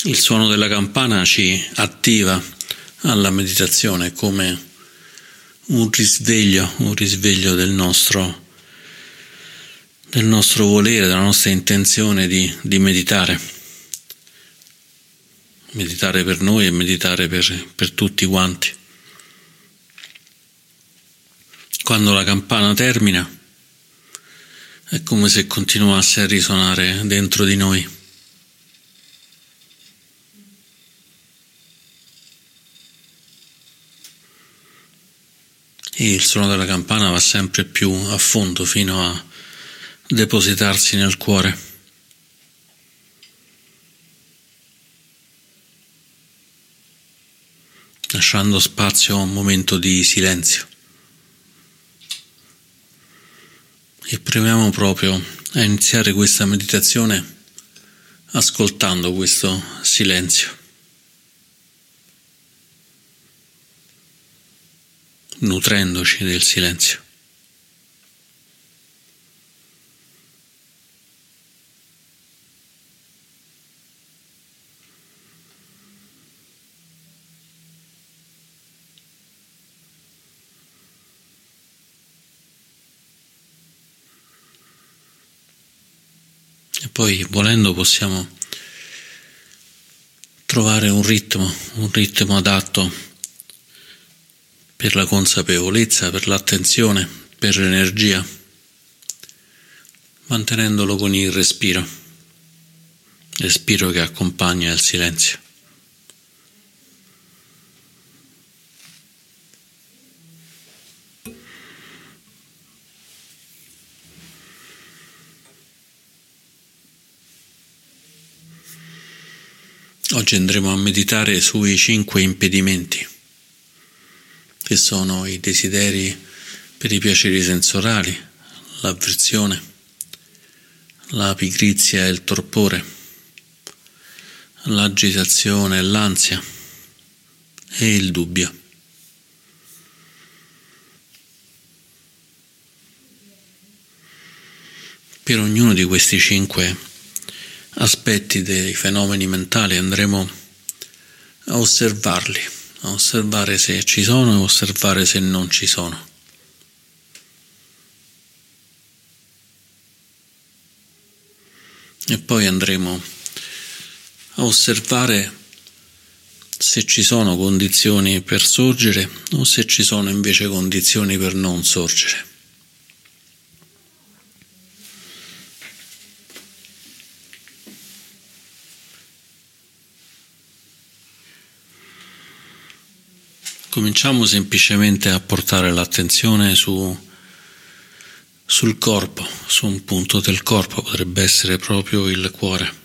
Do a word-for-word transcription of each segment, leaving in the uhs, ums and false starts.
Il suono della campana ci attiva alla meditazione come un risveglio, un risveglio del nostro, del nostro volere, della nostra intenzione di, di meditare. Meditare per noi e meditare per, per tutti quanti. Quando la campana termina, è come se continuasse a risuonare dentro di noi. E il suono della campana va sempre più a fondo fino a depositarsi nel cuore. Lasciando spazio a un momento di silenzio. E proviamo proprio a iniziare questa meditazione ascoltando questo silenzio, nutrendoci del silenzio. E poi, volendo, possiamo trovare un ritmo, un ritmo adatto per la consapevolezza, per l'attenzione, per l'energia, mantenendolo con il respiro, respiro che accompagna il silenzio. Oggi andremo a meditare sui cinque impedimenti, che sono i desideri per i piaceri sensorali, l'avversione, la pigrizia e il torpore, l'agitazione e l'ansia e il dubbio. Per ognuno di questi cinque aspetti dei fenomeni mentali andremo a osservarli, a osservare se ci sono e osservare se non ci sono. E poi andremo a osservare se ci sono condizioni per sorgere o se ci sono invece condizioni per non sorgere. Cominciamo semplicemente a portare l'attenzione su, sul corpo, su un punto del corpo, potrebbe essere proprio il cuore.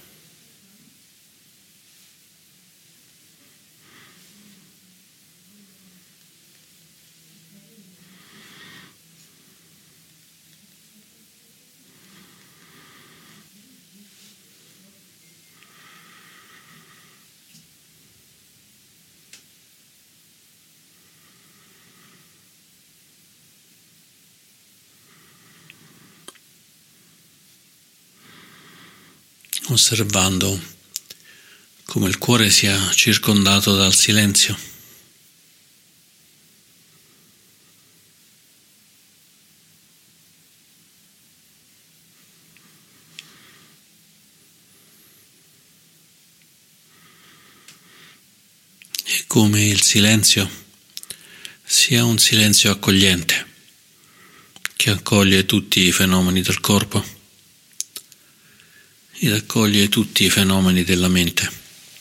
Osservando come il cuore sia circondato dal silenzio. E come il silenzio sia un silenzio accogliente, che accoglie tutti i fenomeni del corpo ed accoglie tutti i fenomeni della mente.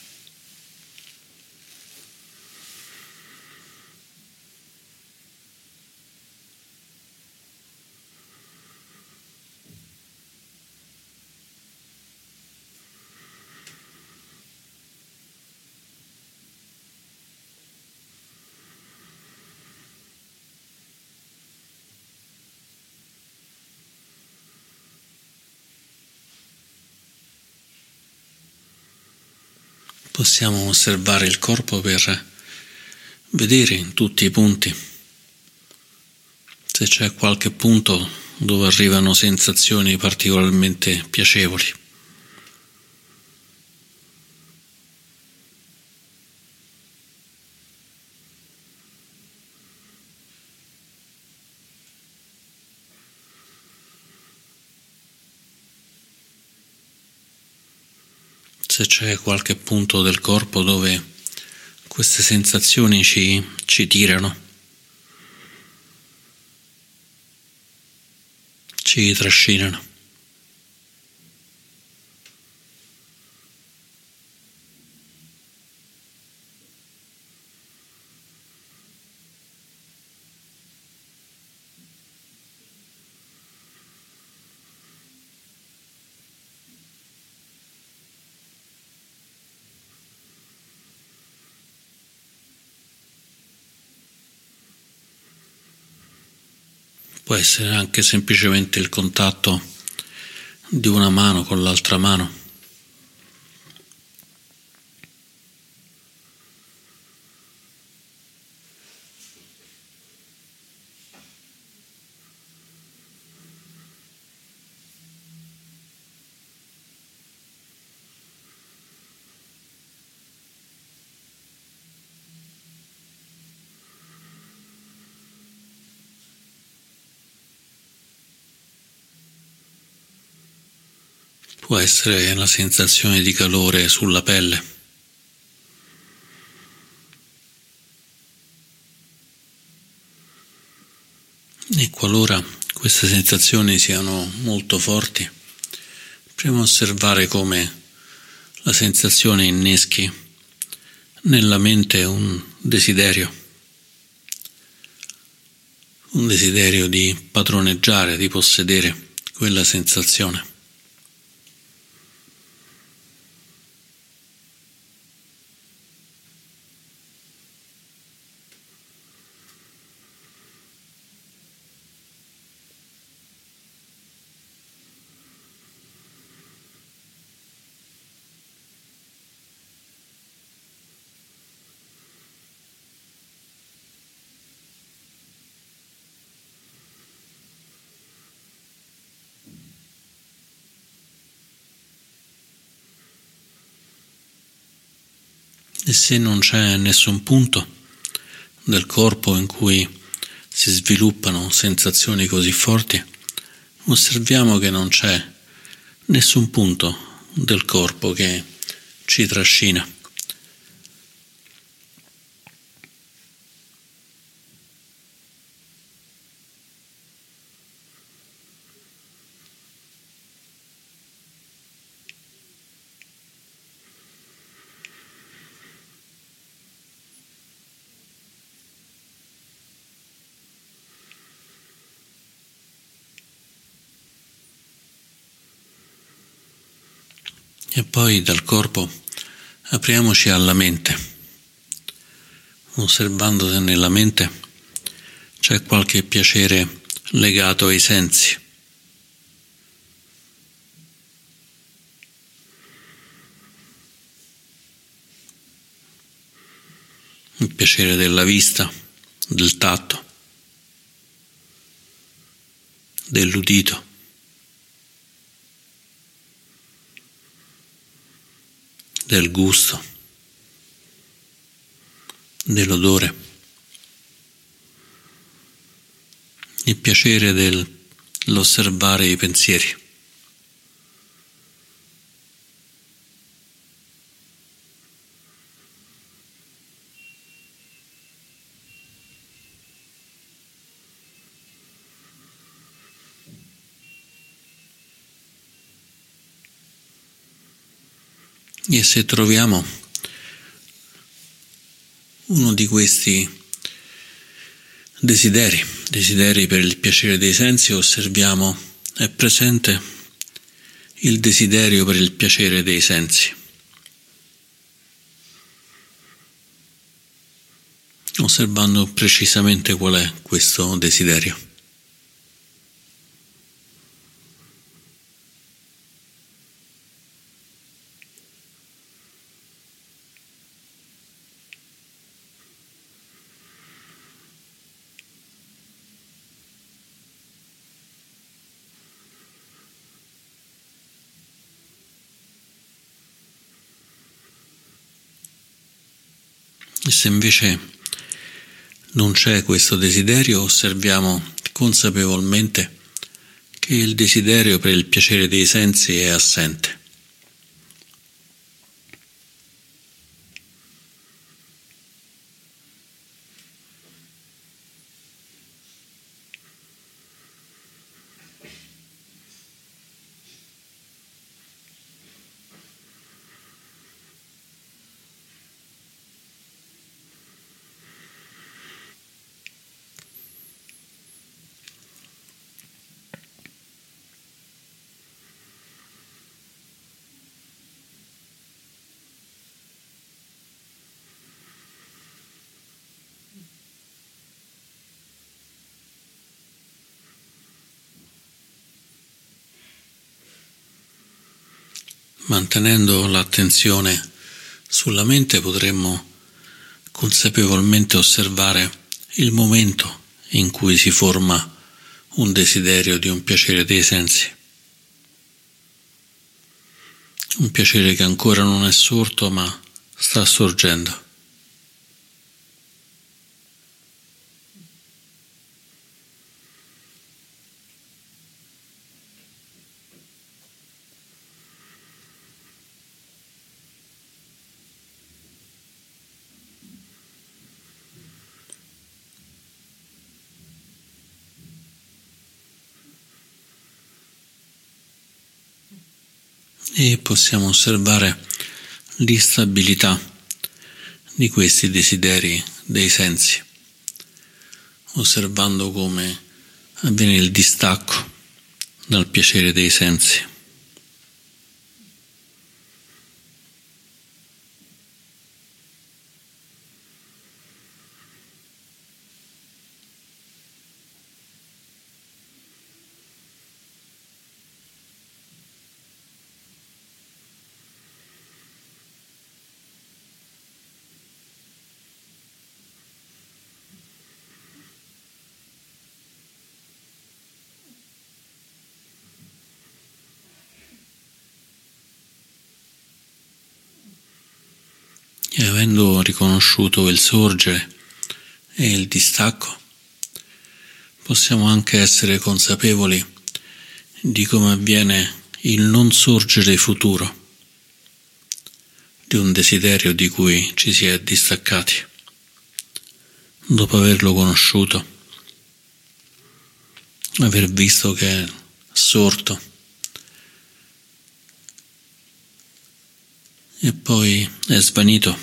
Possiamo osservare il corpo per vedere in tutti i punti se c'è qualche punto dove arrivano sensazioni particolarmente piacevoli. se c'è qualche punto del corpo dove queste sensazioni ci, ci tirano, ci trascinano. Può essere anche semplicemente il contatto di una mano con l'altra mano. Può essere la sensazione di calore sulla pelle. E qualora queste sensazioni siano molto forti, proviamo a osservare come la sensazione inneschi nella mente un desiderio, un desiderio di padroneggiare, di possedere quella sensazione. E se non c'è nessun punto del corpo in cui si sviluppano sensazioni così forti, osserviamo che non c'è nessun punto del corpo che ci trascina. E poi dal corpo apriamoci alla mente, osservando se nella mente c'è qualche piacere legato ai sensi. Il piacere della vista, del tatto, dell'udito. Del gusto, dell'odore, il piacere dell'osservare i pensieri. E se troviamo uno di questi desideri, desideri per il piacere dei sensi, osserviamo è presente il desiderio per il piacere dei sensi. Osservando precisamente qual è questo desiderio. E se invece non c'è questo desiderio, osserviamo consapevolmente che il desiderio per il piacere dei sensi è assente. Mantenendo l'attenzione sulla mente potremmo consapevolmente osservare il momento in cui si forma un desiderio di un piacere dei sensi. Un piacere che ancora non è sorto ma sta sorgendo. E possiamo osservare l'instabilità di questi desideri dei sensi, osservando come avviene il distacco dal piacere dei sensi. E avendo riconosciuto il sorgere e il distacco, possiamo anche essere consapevoli di come avviene il non sorgere futuro di un desiderio di cui ci si è distaccati, dopo averlo conosciuto, aver visto che è sorto e poi è svanito.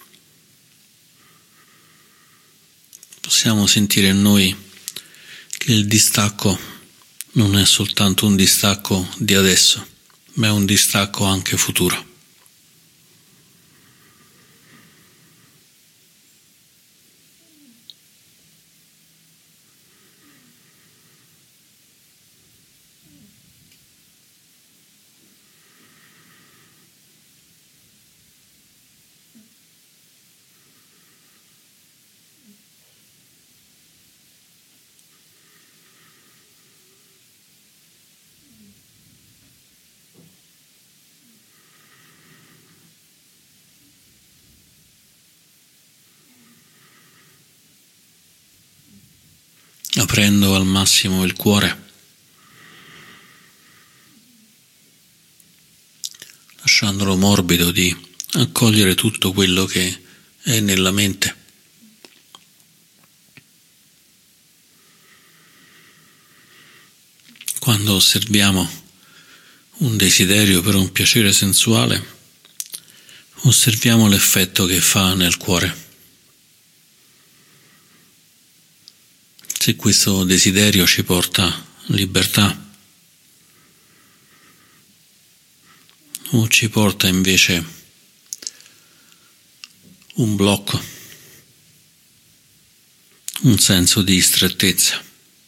Possiamo sentire in noi che il distacco non è soltanto un distacco di adesso, ma è un distacco anche futuro. Aprendo al massimo il cuore, lasciandolo morbido di accogliere tutto quello che è nella mente. Quando osserviamo un desiderio per un piacere sensuale, osserviamo l'effetto che fa nel cuore. Se questo desiderio ci porta libertà o ci porta invece un blocco, un senso di strettezza.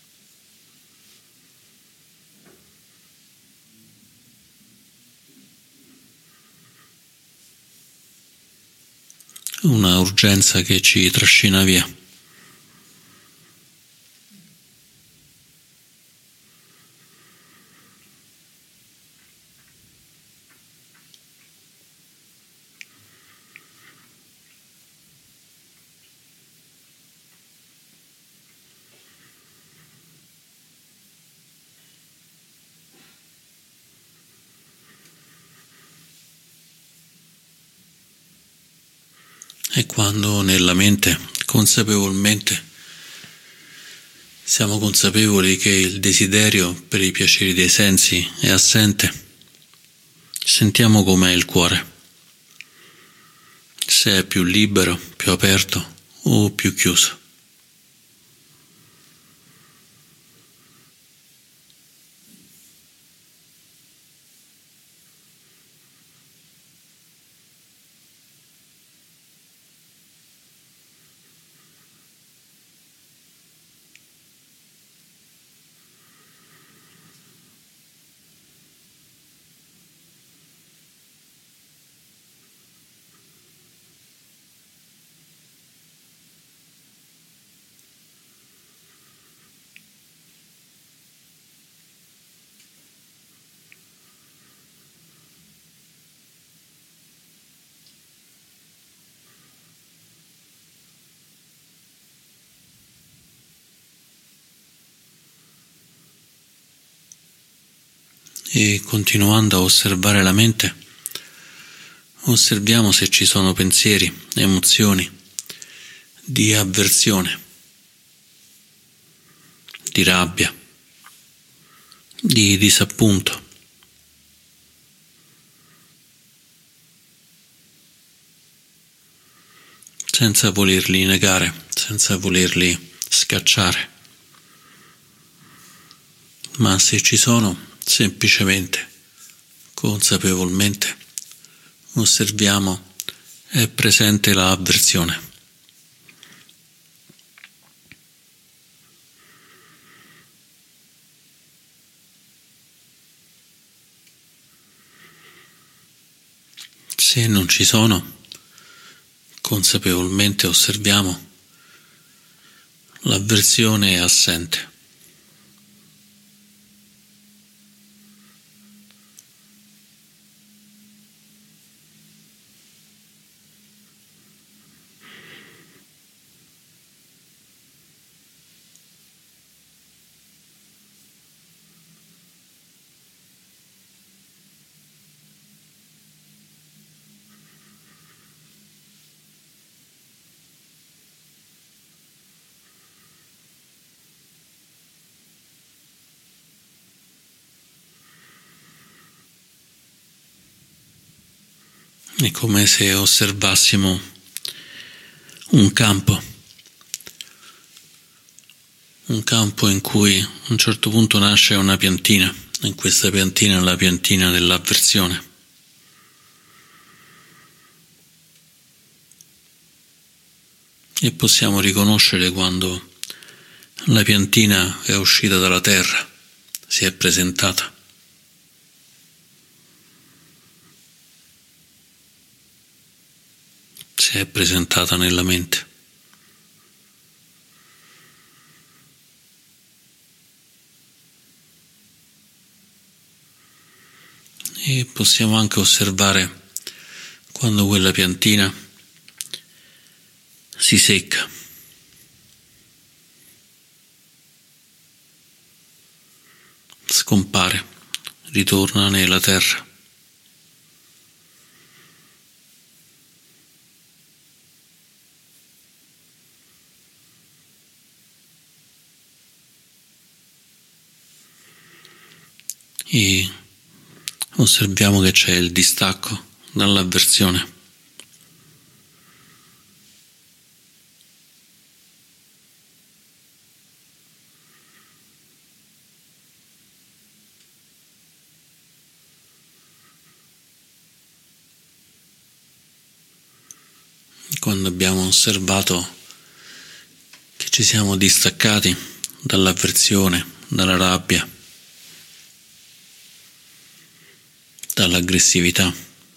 Una urgenza che ci trascina via. E quando nella mente, consapevolmente, siamo consapevoli che il desiderio per i piaceri dei sensi è assente, sentiamo com'è il cuore, se è più libero, più aperto o più chiuso. E continuando a osservare la mente, osserviamo se ci sono pensieri, emozioni di avversione, di rabbia, di disappunto. Senza volerli negare, senza volerli scacciare, ma se ci sono, semplicemente, consapevolmente, osserviamo, è presente la avversione. Se non ci sono, consapevolmente osserviamo, l'avversione è assente. È come se osservassimo un campo, un campo in cui a un certo punto nasce una piantina, e questa piantina è la piantina dell'avversione. E possiamo riconoscere quando la piantina è uscita dalla terra, si è presentata. Si è presentata nella mente. E possiamo anche osservare quando quella piantina si secca, scompare, ritorna nella terra. E osserviamo che c'è il distacco dall'avversione. Quando abbiamo osservato che ci siamo distaccati dall'avversione, dalla rabbia, dall'aggressività,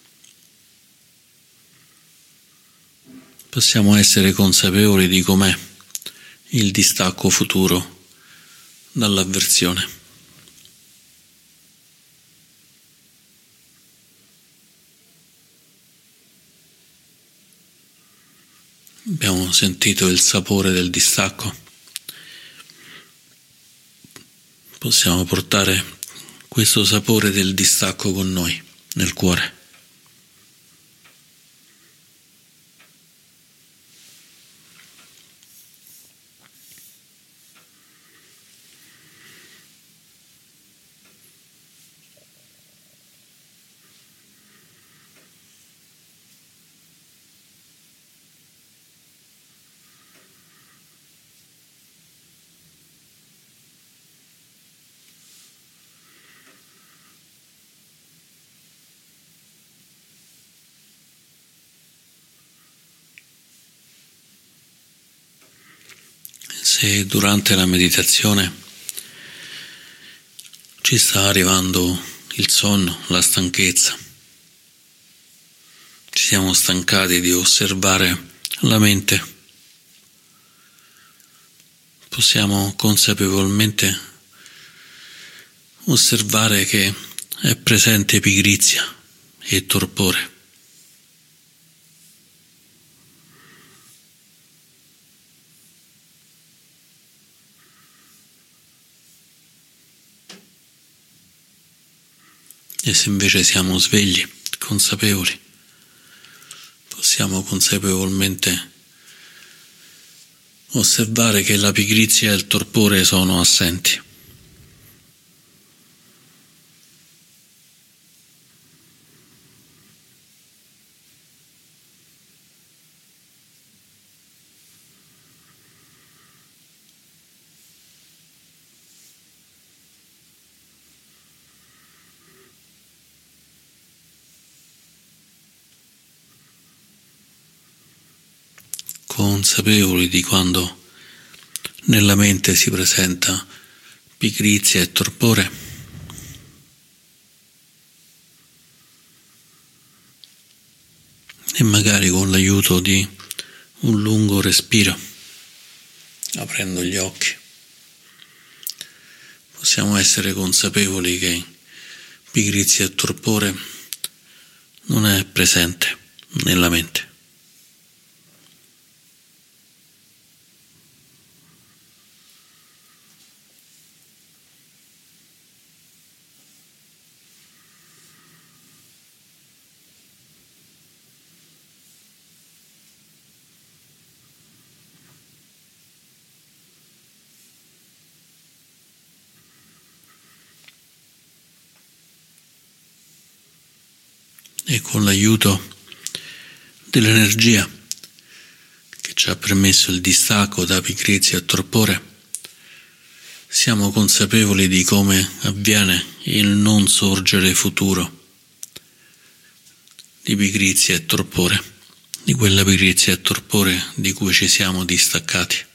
possiamo essere consapevoli di com'è il distacco futuro dall'avversione. Abbiamo sentito il sapore del distacco. Possiamo portare questo sapore del distacco con noi, nel cuore. Se durante la meditazione ci sta arrivando il sonno, la stanchezza, ci siamo stancati di osservare la mente, possiamo consapevolmente osservare che è presente pigrizia e torpore. E se invece siamo svegli, consapevoli, possiamo consapevolmente osservare che la pigrizia e il torpore sono assenti. Consapevoli di quando nella mente si presenta pigrizia e torpore, e magari con l'aiuto di un lungo respiro, aprendo gli occhi, possiamo essere consapevoli che pigrizia e torpore non è presente nella mente. E con l'aiuto dell'energia che ci ha permesso il distacco da pigrizia e torpore, siamo consapevoli di come avviene il non sorgere futuro di pigrizia e torpore, di quella pigrizia e torpore di cui ci siamo distaccati.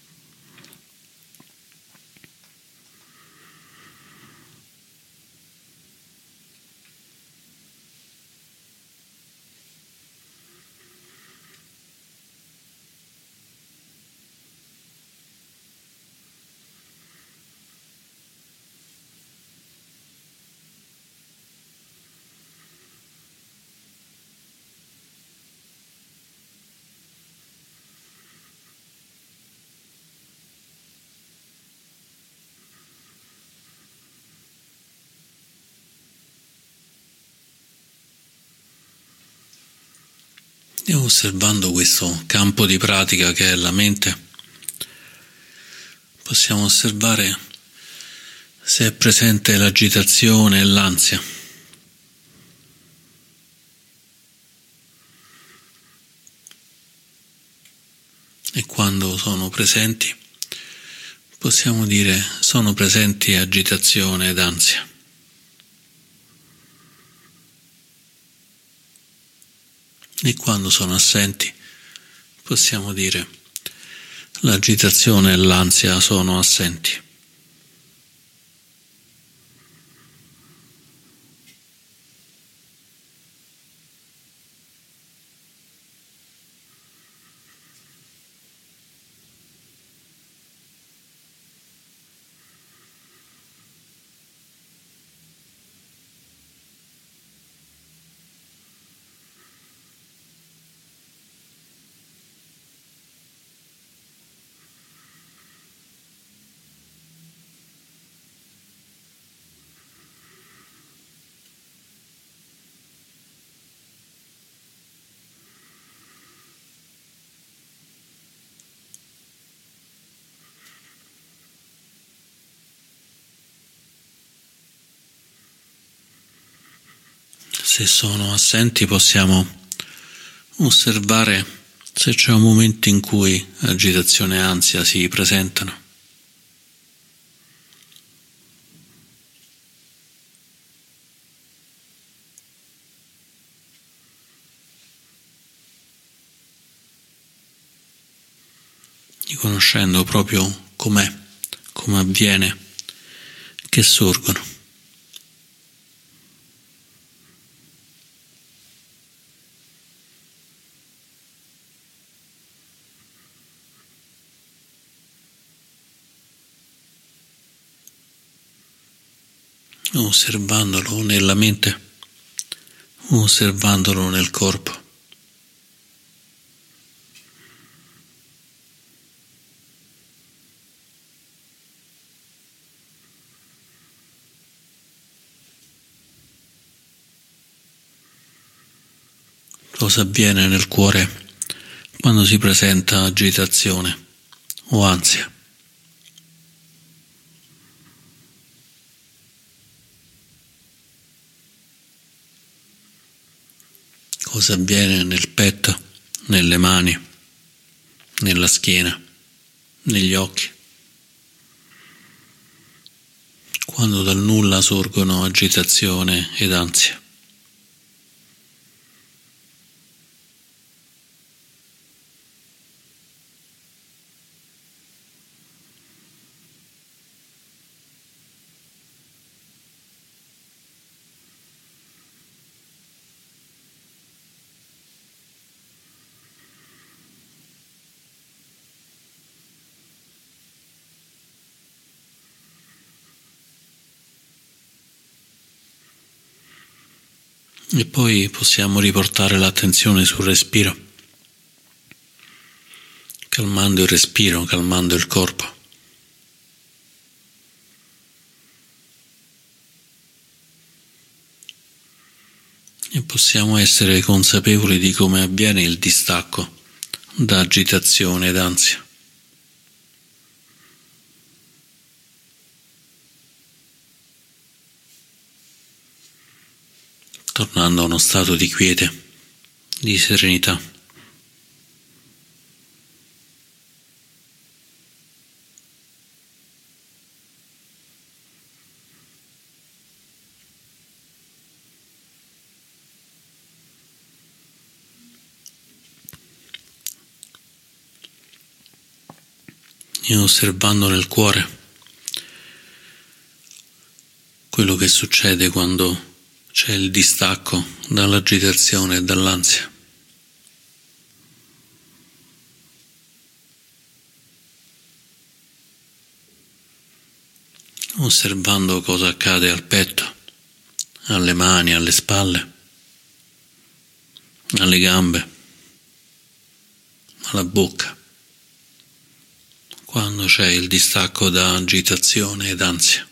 E osservando questo campo di pratica che è la mente, possiamo osservare se è presente l'agitazione e l'ansia. E quando sono presenti, possiamo dire sono presenti agitazione ed ansia. E quando sono assenti, possiamo dire l'agitazione e l'ansia sono assenti. Se sono assenti possiamo osservare se c'è un momento in cui agitazione e ansia si presentano. Riconoscendo proprio com'è, come avviene, che sorgono. Osservandolo nella mente, osservandolo nel corpo. cosa avviene nel cuore quando si presenta agitazione o ansia. Cosa avviene nel petto, nelle mani, nella schiena, negli occhi, quando dal nulla sorgono agitazione ed ansia. E poi possiamo riportare l'attenzione sul respiro, calmando il respiro, calmando il corpo. E possiamo essere consapevoli di come avviene il distacco da agitazione ed ansia. Tornando a uno stato di quiete, di serenità. E osservando nel cuore quello che succede quando c'è il distacco dall'agitazione e dall'ansia. Osservando cosa accade al petto, alle mani, alle spalle, alle gambe, alla bocca, quando c'è il distacco da agitazione ed ansia.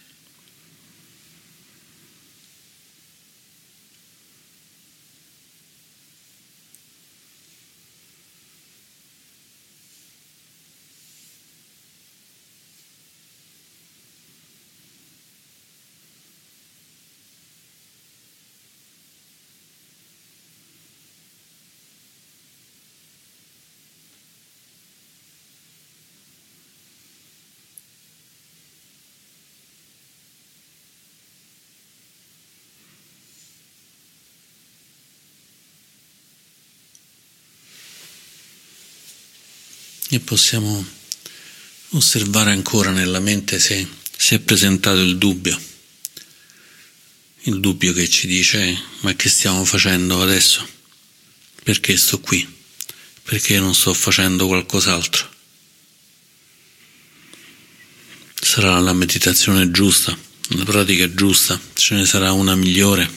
E possiamo osservare ancora nella mente se si è presentato il dubbio, il dubbio che ci dice: ma che stiamo facendo adesso? Perché sto qui? Perché non sto facendo qualcos'altro? Sarà la meditazione giusta, la pratica giusta, ce ne sarà una migliore,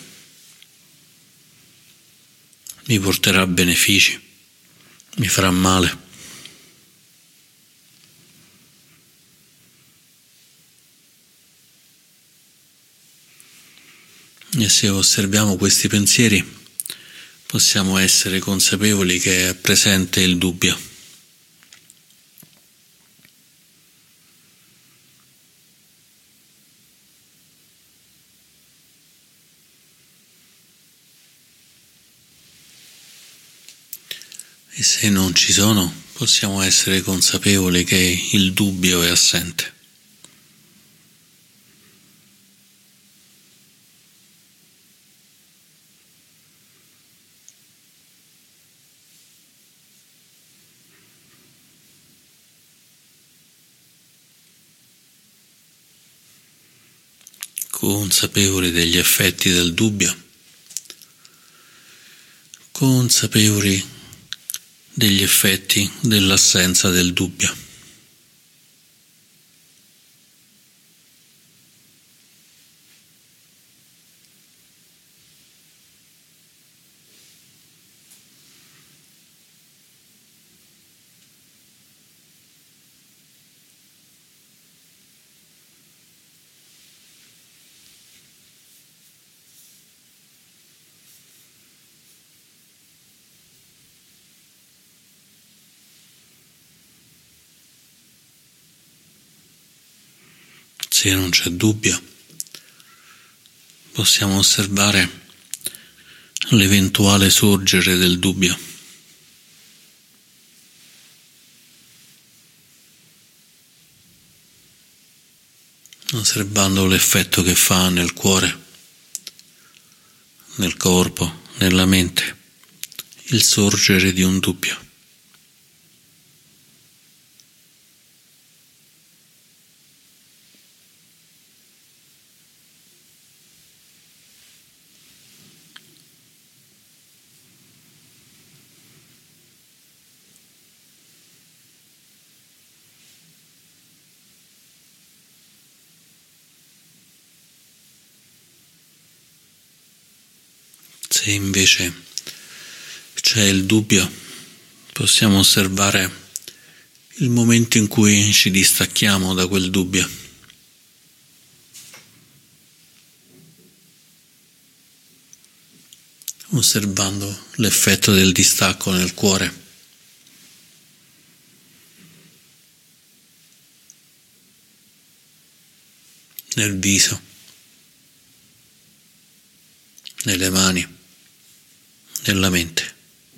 mi porterà benefici, mi farà male. E se osserviamo questi pensieri, possiamo essere consapevoli che è presente il dubbio. E se non ci sono, possiamo essere consapevoli che il dubbio è assente. Consapevoli degli effetti del dubbio, consapevoli degli effetti dell'assenza del dubbio. se non c'è dubbio, possiamo osservare l'eventuale sorgere del dubbio. Osservando l'effetto che fa nel cuore, nel corpo, nella mente, il sorgere di un dubbio. Se invece c'è il dubbio, possiamo osservare il momento in cui ci distacchiamo da quel dubbio. Osservando l'effetto del distacco nel cuore. Nel viso, nelle mani, nella mente.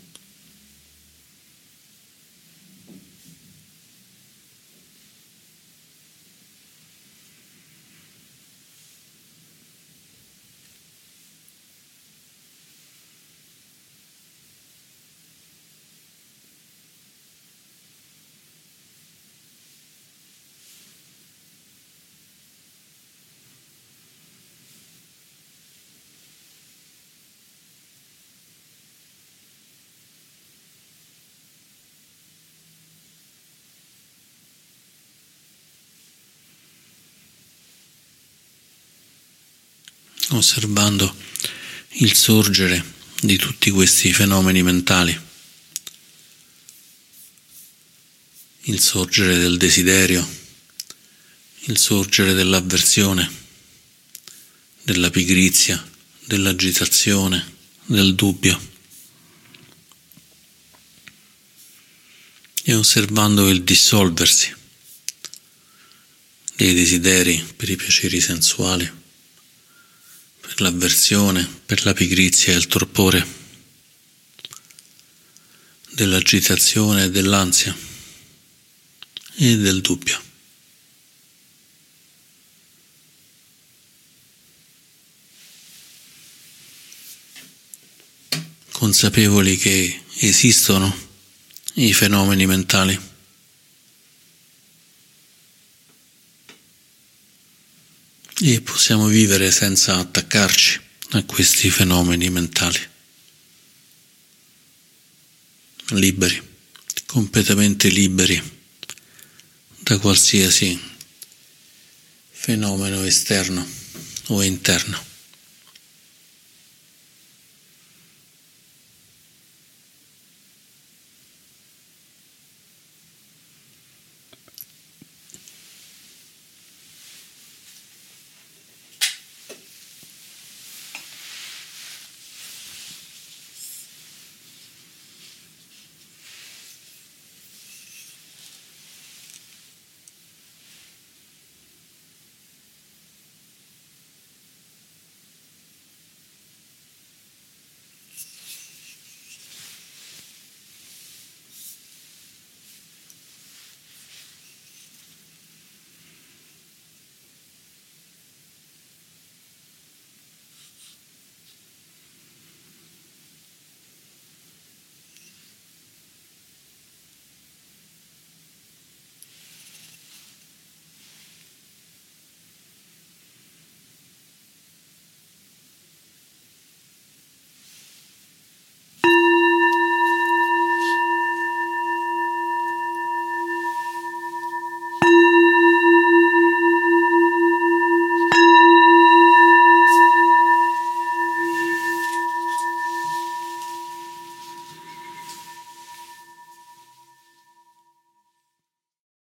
Osservando il sorgere di tutti questi fenomeni mentali, il sorgere del desiderio, il sorgere dell'avversione, della pigrizia, dell'agitazione, del dubbio, e osservando il dissolversi dei desideri per i piaceri sensuali, per l'avversione, per la pigrizia e il torpore, dell'agitazione e dell'ansia e del dubbio. Consapevoli che esistono i fenomeni mentali. E possiamo vivere senza attaccarci a questi fenomeni mentali, liberi, completamente liberi da qualsiasi fenomeno esterno o interno.